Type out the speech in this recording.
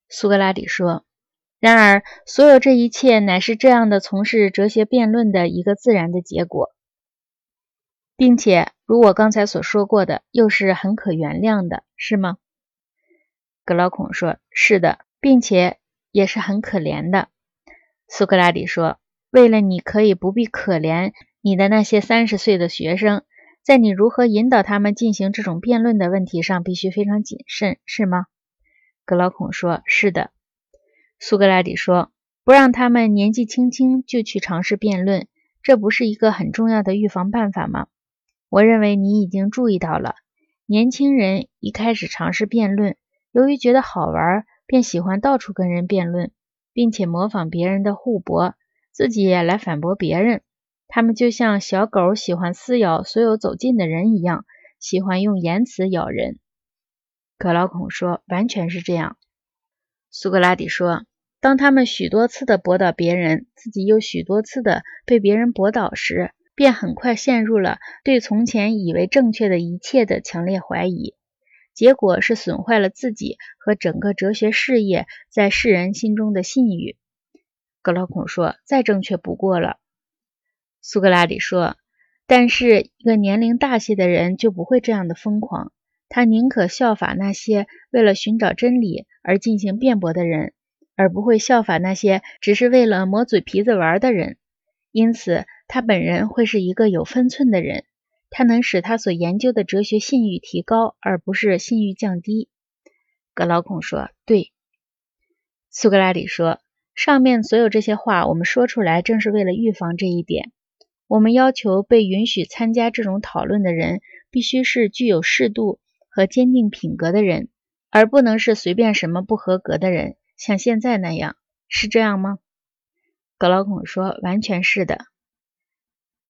苏格拉底说，然而所有这一切乃是这样的从事哲学辩论的一个自然的结果，并且如我刚才所说过的，又是很可原谅的，是吗？格劳孔说，是的，并且也是很可怜的。苏格拉底说，为了你可以不必可怜你的那些30岁的学生，在你如何引导他们进行这种辩论的问题上必须非常谨慎，是吗？格劳孔说，是的。苏格拉底说，不让他们年纪轻轻就去尝试辩论，这不是一个很重要的预防办法吗？我认为你已经注意到了，年轻人一开始尝试辩论，由于觉得好玩，便喜欢到处跟人辩论，并且模仿别人的互驳，自己也来反驳别人。他们就像小狗喜欢撕咬所有走近的人一样，喜欢用言辞咬人。格劳孔说，完全是这样。苏格拉底说，当他们许多次的驳倒别人，自己又许多次的被别人驳倒时，便很快陷入了对从前以为正确的一切的强烈怀疑，结果是损坏了自己和整个哲学事业在世人心中的信誉。格劳孔说，再正确不过了。苏格拉底说，但是一个年龄大些的人就不会这样的疯狂，他宁可效法那些为了寻找真理而进行辩驳的人，而不会效法那些只是为了磨嘴皮子玩的人。因此他本人会是一个有分寸的人，他能使他所研究的哲学信誉提高，而不是信誉降低。格劳孔说，对。苏格拉底说，上面所有这些话我们说出来正是为了预防这一点。我们要求被允许参加这种讨论的人必须是具有适度和坚定品格的人，而不能是随便什么不合格的人，像现在那样，是这样吗？格劳孔说，完全是的。